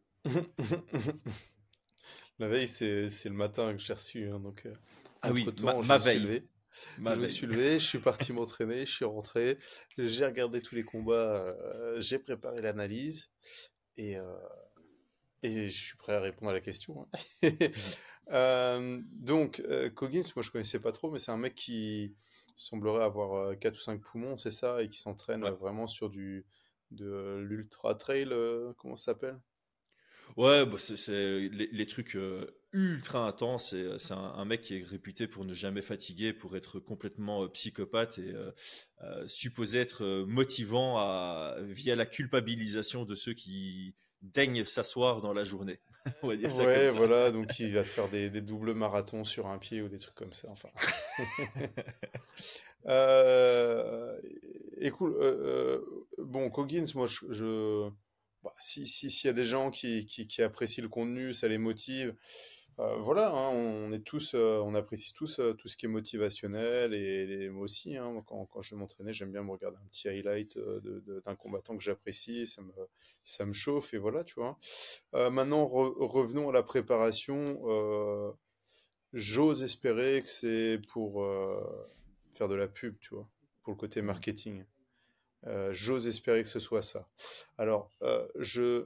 La veille, c'est c'est le matin que j'ai reçu, hein, donc euh, Ah oui, ma, entre-temps, je ma me suis veille, levé. ma Je me suis veille. levé, je suis parti m'entraîner, je suis rentré, j'ai regardé tous les combats, euh, j'ai préparé l'analyse et, euh, et je suis prêt à répondre à la question, hein. Euh, donc, euh, Coggins, moi je connaissais pas trop, mais c'est un mec qui semblerait avoir euh, quatre ou cinq poumons, c'est ça, et qui s'entraîne Ouais. euh, vraiment sur du de l'ultra trail, euh, comment ça s'appelle? Ouais, bah c'est c'est les, les trucs euh, ultra intenses. C'est c'est un, un mec qui est réputé pour ne jamais fatiguer, pour être complètement euh, psychopathe et euh, euh, supposé être euh, motivant à, via la culpabilisation de ceux qui daignent s'asseoir dans la journée. On va dire ça comme Ouais, ça. voilà, donc il va te faire des, des doubles marathons sur un pied ou des trucs comme ça, enfin. Euh, Écoute, euh, euh, bon, Coggins, moi, je, je- bah, si, si, s'il y a des gens qui, qui, qui apprécient le contenu, ça les motive. Euh, voilà, hein, on est tous, euh, on apprécie tous euh, tout ce qui est motivationnel et, les- moi aussi, hein, quand, quand je vais m'entraîner, j'aime bien me regarder un petit highlight euh, de, de- d'un combattant que j'apprécie, ça me, ça me chauffe et voilà, tu vois. Euh, maintenant, re- revenons à la préparation. euh, J'ose espérer que c'est pour euh, faire de la pub, tu vois, pour le côté Mm. marketing. Euh, j'ose espérer que ce soit ça. Alors, euh, je,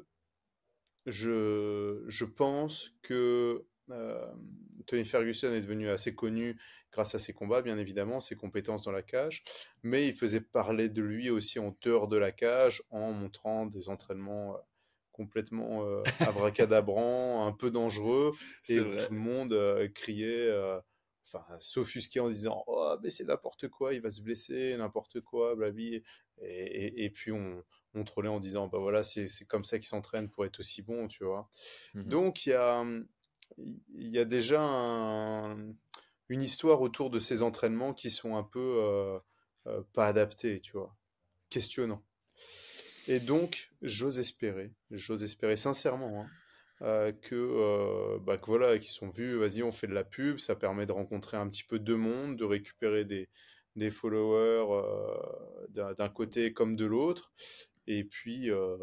je, je pense que euh, Tony Ferguson est devenu assez connu grâce à ses combats, bien évidemment, ses compétences dans la cage, mais il faisait parler de lui aussi en dehors de la cage en montrant des entraînements euh, complètement euh, abracadabrants, un peu dangereux, et C'est où vrai. tout le monde euh, criait, euh, enfin, s'offusquait en disant «Oh, mais c'est n'importe quoi, il va se blesser, n'importe quoi, blabli». Et, et, et puis on, on trollait en disant bah voilà c'est c'est comme ça qu'ils s'entraînent pour être aussi bons, tu vois. Mhm. Donc il y a il y a déjà un- une histoire autour de ces entraînements qui sont un peu euh, euh, pas adaptés, tu vois, questionnants. Et donc j'ose espérer, j'ose espérer sincèrement hein, euh, que euh, bah que voilà qu'ils sont vus, vas-y on fait de la pub, ça permet de rencontrer un petit peu de monde, de récupérer des des followers euh, d'un d'un côté comme de l'autre et puis euh,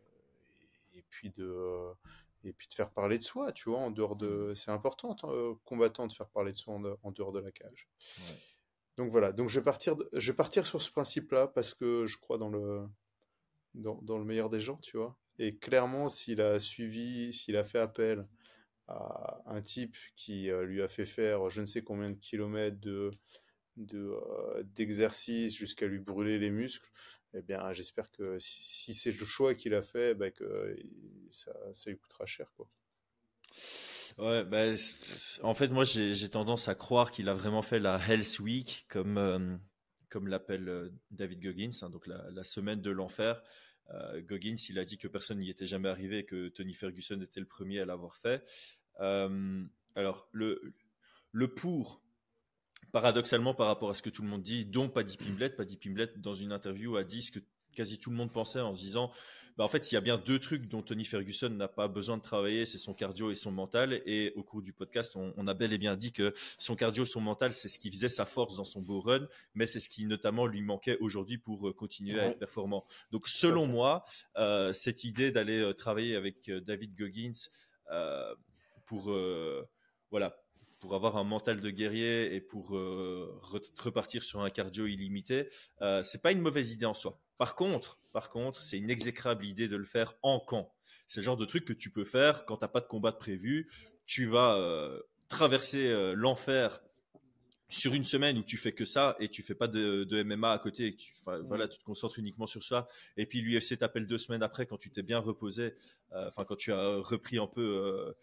et puis de et puis de faire parler de soi, tu vois, en dehors Mhm. de c'est important euh, combattant de faire parler de soi en, de- en dehors de la cage. Ouais. Donc voilà, donc je vais partir de- je vais partir sur ce principe-là parce que je crois dans le dans, dans le meilleur des gens, tu vois. Et clairement, s'il a suivi, s'il a fait appel à un type qui euh, lui a fait faire je ne sais combien de kilomètres de de, euh, d'exercice jusqu'à lui brûler les muscles, eh bien, j'espère que si, si c'est le choix qu'il a fait, bah, que ça, ça lui coûtera cher, quoi. Ouais, bah, c'est- en fait, moi, j'ai j'ai tendance à croire qu'il a vraiment fait la Hell's Week, comme, euh, comme l'appelle euh, David Goggins, hein, donc la, la semaine de l'enfer. Euh, Goggins, il a dit que personne n'y était jamais arrivé et que Tony Ferguson était le premier à l'avoir fait. Euh, alors, le, le pour, paradoxalement, par rapport à ce que tout le monde dit, dont Paddy Pimblett, Paddy Pimblett, dans une interview, a dit ce que quasi tout le monde pensait en se disant bah en fait, s'il y a bien deux trucs dont Tony Ferguson n'a pas besoin de travailler, c'est son cardio et son mental. Et au cours du podcast, on, on a bel et bien dit que son cardio, son mental, c'est ce qui faisait sa force dans son beau run, mais c'est ce qui notamment lui manquait aujourd'hui pour euh, continuer à être Ouais, performant. Donc, tout à selon fait. moi, euh, cette idée d'aller euh, travailler avec euh, David Goggins euh, pour euh, voilà pour avoir un mental de guerrier et pour euh, repartir sur un cardio illimité, euh, c'est pas une mauvaise idée en soi. Par contre, par contre, c'est une exécrable idée de le faire en camp. C'est le genre de truc que tu peux faire quand t'as pas de combat de prévu. Tu vas euh, traverser euh, l'enfer sur une semaine où tu fais que ça et tu fais pas de, de M M A à côté et que tu, Mm. voilà, tu te concentres uniquement sur ça. Et puis l'U F C t'appelle deux semaines après quand tu t'es bien reposé, enfin euh, quand tu as repris un peu euh,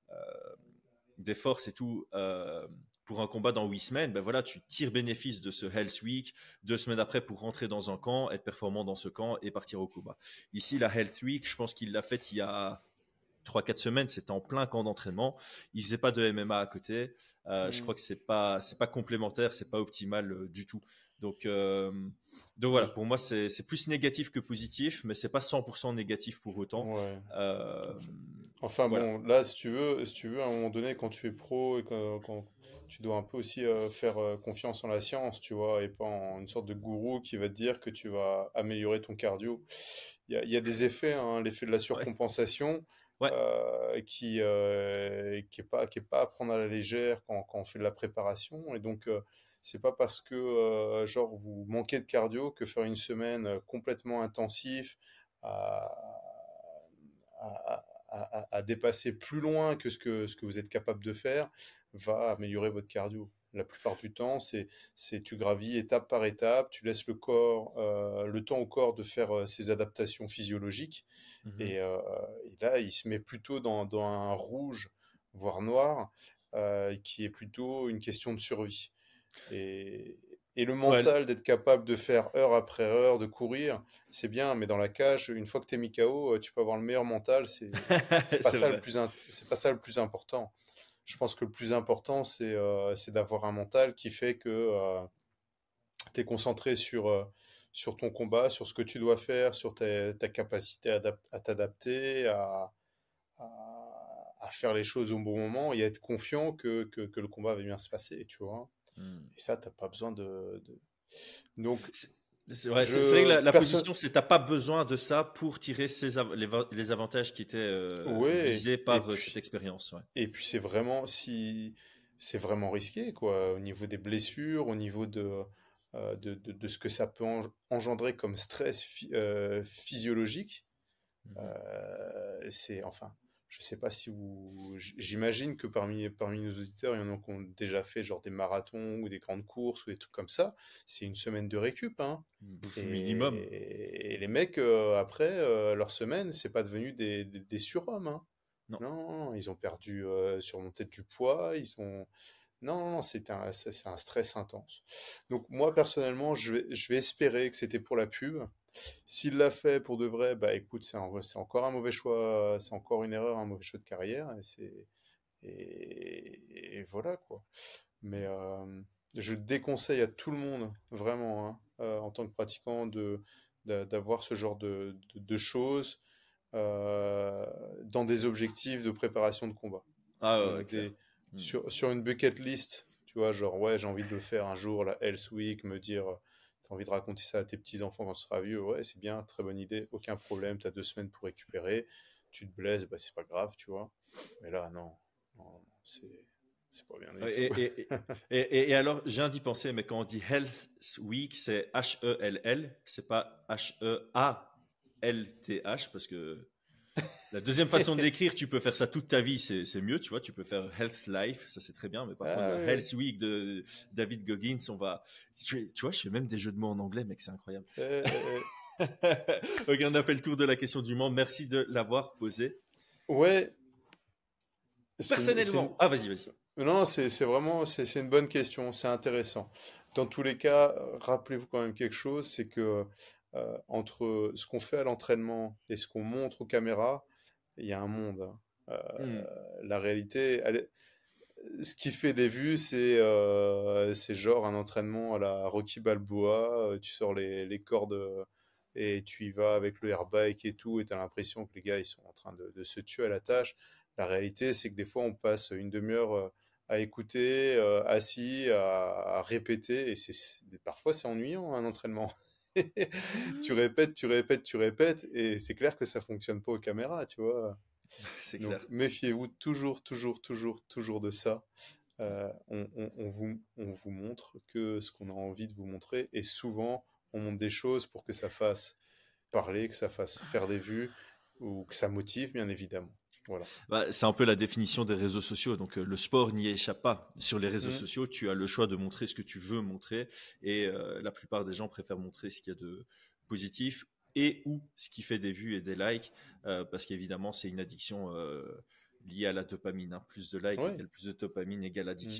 des forces et tout euh, pour un combat dans huit semaines, ben voilà, tu tires bénéfice de ce Hell's Week deux semaines après pour rentrer dans un camp, être performant dans ce camp et partir au combat. Ici, la Health Week, je pense qu'il l'a faite il y a trois quatre semaines, c'était en plein camp d'entraînement. Il faisait pas de M M A à côté. Euh, je Mm. crois que c'est pas c'est pas complémentaire, c'est pas optimal euh, du tout. Donc euh, donc voilà, pour moi c'est c'est plus négatif que positif, mais c'est pas cent pour cent négatif pour autant. Ouais. Euh, Enfin, enfin, voilà. bon, là, si tu veux, si tu veux, à un moment donné, quand tu es pro et quand, quand tu dois un peu aussi euh, faire euh, confiance en la science, tu vois, et pas en une sorte de gourou qui va te dire que tu vas améliorer ton cardio. Il y a, il y a des effets, hein, l'effet de la Ouais. surcompensation, Ouais. euh, qui, euh, qui est pas, qui est pas à prendre à la légère quand, quand on fait de la préparation. Et donc, euh, c'est pas parce que, euh, genre, vous manquez de cardio que faire une semaine euh, complètement intensif à, à, à, à- à dépasser plus loin que ce que, ce que vous êtes capable de faire va améliorer votre cardio. La plupart du temps, c'est, c'est tu gravis étape par étape, tu laisses le corps, euh, le temps au corps de faire euh, ses adaptations physiologiques. Mhm. Et, euh, et là, il se met plutôt dans, dans un rouge, voire noir, euh, qui est plutôt une question de survie. Et, et le Ouais, mental d'être capable de faire heure après heure, de courir, c'est bien, mais dans la cage, une fois que tu es mis K O, euh, tu peux avoir le meilleur mental, c'est, c'est pas c'est ça le vrai. plus, int- c'est pas ça le plus important. Je pense que le plus important, c'est euh, c'est d'avoir un mental qui fait que tu es concentré sur, euh, sur ton combat, sur ce que tu dois faire, sur ta, ta capacité à, adap- à t'adapter, à, à, à faire les choses au bon moment et à être confiant que, que, que le combat va bien se passer, tu vois. Hmm. Et ça, t'as pas besoin de, de... Donc, C'est c'est- ouais, c'est- c'est vrai que je... la, la Personne... position, c'est t'as pas besoin de ça pour tirer ces av- les, va- les avantages qui étaient euh, Ouais, visés et par euh, cette puis, expérience. Ouais. et puis c'est vraiment si c'est vraiment risqué quoi au niveau des blessures, au niveau de euh, de, de, de ce que ça peut en- engendrer comme stress phy- euh, physiologique. Mhm. Euh, c'est enfin, je sais pas si vous, j- j'imagine que parmi parmi nos auditeurs, il y en a qui ont déjà fait genre des marathons ou des grandes courses ou des trucs comme ça. C'est une semaine de récup, hein. Minimum. Et, et les mecs euh, après euh, leur semaine, c'est pas devenu des, des, des surhommes, hein. Non. Non, ils ont perdu, euh, surmonté du poids, ils ont... Non, non, non, c'est un, c'est c'est un stress intense. Donc moi, personnellement, je vais, je vais espérer que c'était pour la pub. S'il l'a fait pour de vrai, bah écoute, c'est un- c'est encore un mauvais choix, c'est encore une erreur, un mauvais choix de carrière, et c'est... Et, et voilà, quoi. Mais euh, je déconseille à tout le monde, vraiment, hein, euh, en tant que pratiquant, de, d'a- d'avoir ce genre de, de, de choses euh, dans des objectifs de préparation de combat. Ah ouais, Euh, ouais, clair. des, Hmm. sur, sur une bucket list, tu vois, genre, ouais, j'ai envie de le faire un jour, la Health Week, me dire, euh, t'as envie de raconter ça à tes petits-enfants quand tu seras vieux, ouais, c'est bien, très bonne idée, aucun problème, t'as deux semaines pour récupérer, tu te blesses, bah, c'est pas grave, tu vois. Mais là, non, non, non, c'est, c'est pas bien du Ouais, tout. Et, et, et, et- et alors, je viens d'y penser, mais quand on dit Health Week, c'est H E L L, c'est pas H E A L T H, parce que la deuxième façon d'écrire, tu peux faire ça toute ta vie, c'est c'est mieux, tu vois, tu peux faire Health Life, ça c'est très bien, mais par contre, Ah le ouais, Health Week de David Goggins, on va... Tu, tu vois, je fais même des jeux de mots en anglais, mec, c'est incroyable. euh, euh, Ok, on a fait le tour de la question du monde, merci de l'avoir posée. ouais, c'est une, c'est une- Personnellement... Ah, vas-y, vas-y. non, c'est c'est vraiment, c'est c'est une bonne question, c'est intéressant. Dans tous les cas, euh, rappelez-vous quand même quelque chose, c'est que euh, entre ce qu'on fait à l'entraînement et ce qu'on montre aux caméras, il y a un monde, hein. Hmm. Euh, la réalité, elle est- ce qui fait des vues, c'est euh, c'est genre un entraînement à la Rocky Balboa, euh, tu sors les, les cordes euh, et tu y vas avec le airbike et tout, et tu as l'impression que les gars, ils sont en train de, de se tuer à la tâche. La réalité, c'est que des fois, on passe une demi-heure euh, à écouter, euh, assis, à, à répéter, et c'est, c'est- parfois c'est ennuyant un entraînement. Tu répètes, tu répètes, tu répètes, et c'est clair que ça fonctionne pas aux caméras, tu vois. C'est Donc clair. méfiez-vous toujours, toujours, toujours, toujours de ça. Euh, on, on- on vous, on vous montre que ce qu'on a envie de vous montrer, et souvent on montre des choses pour que ça fasse parler, que ça fasse faire des vues, ou que ça motive, bien évidemment. Voilà. Bah, c'est un peu la définition des réseaux sociaux. Donc, euh, le sport n'y échappe pas. Sur les réseaux Mm. sociaux, tu as le choix de montrer ce que tu veux montrer. Et euh, la plupart des gens préfèrent montrer ce qu'il y a de positif et ou ce qui fait des vues et des likes. Euh, parce qu'évidemment, c'est une addiction euh, liée à la dopamine, hein. Plus de likes Ouais. égale plus de dopamine égale Mm. addiction.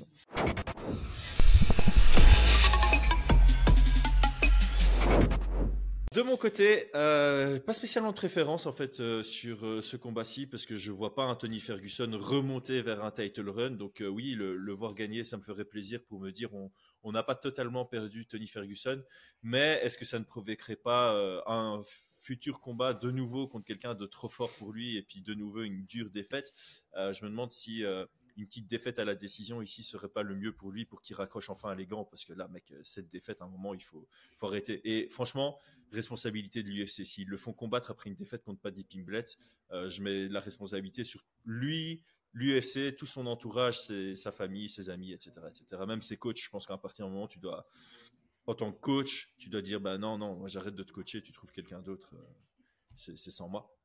De mon côté, euh, pas spécialement de préférence en fait euh, sur euh, ce combat-ci parce que je vois pas un Tony Ferguson remonter vers un title run. Donc euh, oui, le, le voir gagner, ça me ferait plaisir pour me dire on on n'a pas totalement perdu Tony Ferguson, mais est-ce que ça ne provoquerait pas euh, un futur combat de nouveau contre quelqu'un de trop fort pour lui et puis de nouveau une dure défaite? Euh, Je me demande si euh, une petite défaite à la décision ici serait pas le mieux pour lui pour qu'il raccroche enfin les gants parce que là, mec, cette défaite à un moment il faut faut arrêter. Et franchement responsabilité de l'U F C. S'ils le font combattre après une défaite contre Paddy Pimblett, euh, je mets la responsabilité sur lui, l'U F C, tout son entourage, ses, sa famille, ses amis, et cetera, et cetera. Même ses coachs, je pense qu'à partir d'un moment, tu dois, en tant que coach, tu dois dire, bah non, non, moi j'arrête de te coacher, tu trouves quelqu'un d'autre, euh, c'est, c'est sans moi.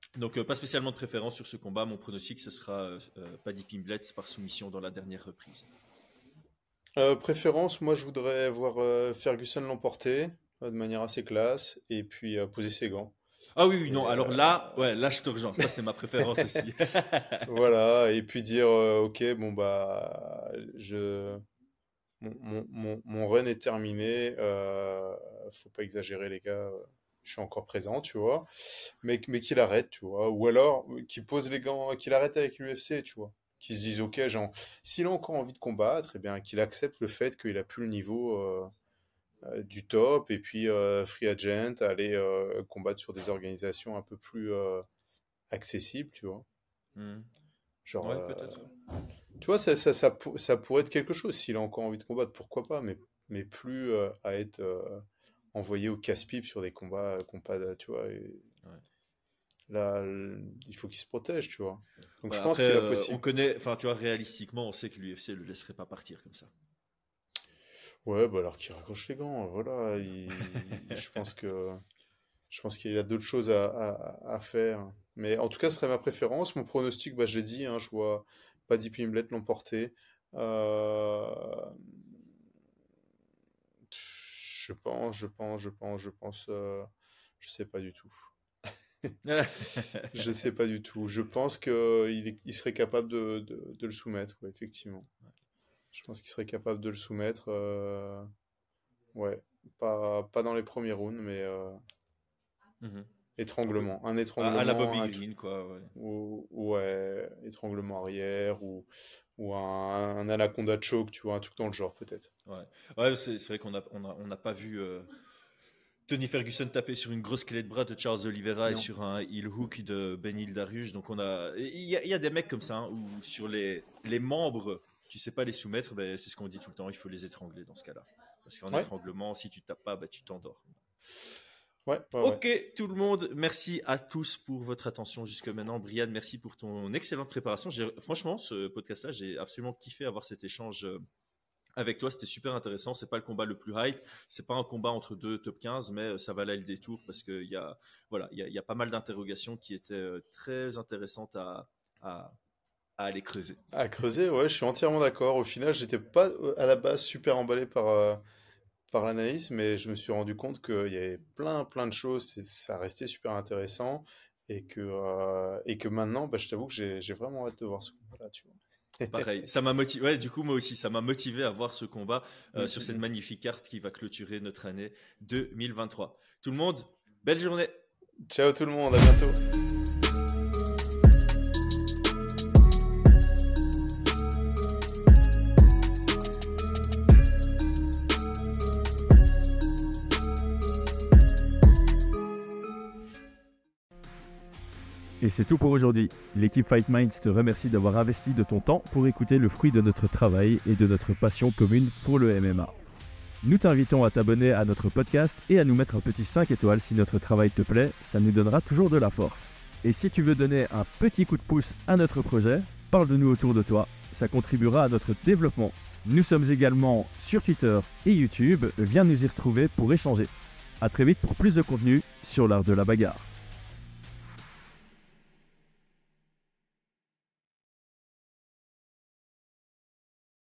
Donc, euh, pas spécialement de préférence sur ce combat. Mon pronostic, ce sera euh, euh, Paddy Pimblett par soumission dans la dernière reprise. Euh, préférence, moi je voudrais voir euh, Ferguson l'emporter euh, de manière assez classe et puis euh, poser ses gants. Ah oui, oui, Et, non, alors euh, là, ouais, là, je te rejoins. Ça, c'est ma préférence aussi. voilà, et puis dire euh, ok, bon bah je mon, mon, mon, mon run est terminé, euh, faut pas exagérer les gars, euh, je suis encore présent, tu vois, mais, mais qu'il arrête, tu vois, ou alors euh, qu'il pose les gants, qu'il arrête avec l'U F C, tu vois, qu'il se dise ok, genre, s'il a encore envie de combattre, eh bien qu'il accepte le fait qu'il a plus le niveau euh, euh, du top, et puis euh, free agent, aller euh, combattre sur des organisations un peu plus euh, accessibles, tu vois. Hmm. Genre, Ouais, euh, peut-être. tu vois, ça, ça, ça, pour- ça pourrait être quelque chose. S'il a encore envie de combattre, pourquoi pas, mais, mais plus euh, à être euh, envoyé au casse-pipe sur des combats, euh, combats de- tu vois. Et Ouais. là, le- il faut qu'il se protège, tu vois. Donc Ouais, je pense après, qu'il a euh, on possible. connaît, enfin, tu vois, réalistiquement, on sait que l'U F C le laisserait pas partir comme ça. Ouais, bah alors qu'il raccroche les gants, voilà. il- je pense que je pense qu'il a d'autres choses à, à- à faire. Mais en tout cas, ce serait ma préférence. Mon pronostic, bah, je l'ai dit, hein, je vois Paddy Pimblett l'emporter. Euh, Je pense, je pense, je pense, je pense, euh, je sais pas du tout. Je sais pas du tout. Je pense qu'il est- il serait capable de, de- de le soumettre, ouais, effectivement. Je pense qu'il serait capable de le soumettre. euh, Ouais, pas, pas dans les premiers rounds, mais euh, Mhm. Un peu. étranglement. Un À, à la étranglement, Bobby un tout. Green, quoi. Ouais. Ou, ouais, étranglement arrière, ou, ou un, un anaconda choke, tu vois, un truc dans le genre, peut-être. Ouais, ouais c'est c'est vrai qu'on n'a on a, on n'a pas vu euh, Tony Ferguson taper sur une grosse clé de bras de Charles Oliveira et Non. sur un heel hook de Benil Dariush. Donc, on a. Il y, a il y a des mecs comme ça, hein, où sur les, les membres, tu sais pas les soumettre, ben, c'est ce qu'on dit tout le temps, il faut les étrangler dans ce cas-là. Parce qu'en Ouais, étranglement, si tu tapes pas, ben, tu t'endors. ouais, ouais, ouais. Ok, tout le monde, merci à tous pour votre attention jusque maintenant. Brian, merci pour ton excellente préparation. J'ai- Franchement, ce podcast-là, j'ai absolument kiffé avoir cet échange euh, avec toi. C'était super intéressant. C'est pas le combat le plus hype, c'est pas un combat entre deux top quinze, mais euh, ça valait le détour parce qu'il y a, voilà, il y a, il y a pas mal d'interrogations qui étaient euh, très intéressantes à, à, à aller creuser. À creuser, ouais, je suis entièrement d'accord. Au final, j'étais pas euh, à la base super emballé par, euh, par l'analyse, mais je me suis rendu compte qu'il y avait plein, plein de choses, c'est- ça restait super intéressant, et que, euh, et que maintenant, bah, je t'avoue que j'ai, j'ai vraiment hâte de voir ce combat-là, tu vois. Pareil, ça m'a motivé. Ouais, du coup, moi aussi, ça m'a motivé à voir ce combat Mm, euh, sur mm, cette mm. magnifique carte qui va clôturer notre année deux mille vingt-trois. Tout le monde, belle journée. Ciao tout le monde, à bientôt. Et c'est tout pour aujourd'hui. L'équipe Fight Minds te remercie d'avoir investi de ton temps pour écouter le fruit de notre travail et de notre passion commune pour le M M A. Nous t'invitons à t'abonner à notre podcast et à nous mettre un petit cinq étoiles si notre travail te plaît, ça nous donnera toujours de la force. Et si tu veux donner un petit coup de pouce à notre projet, parle de nous autour de toi, ça contribuera à notre développement. Nous sommes également sur Twitter et YouTube, viens nous y retrouver pour échanger. A très vite pour plus de contenu sur l'art de la bagarre.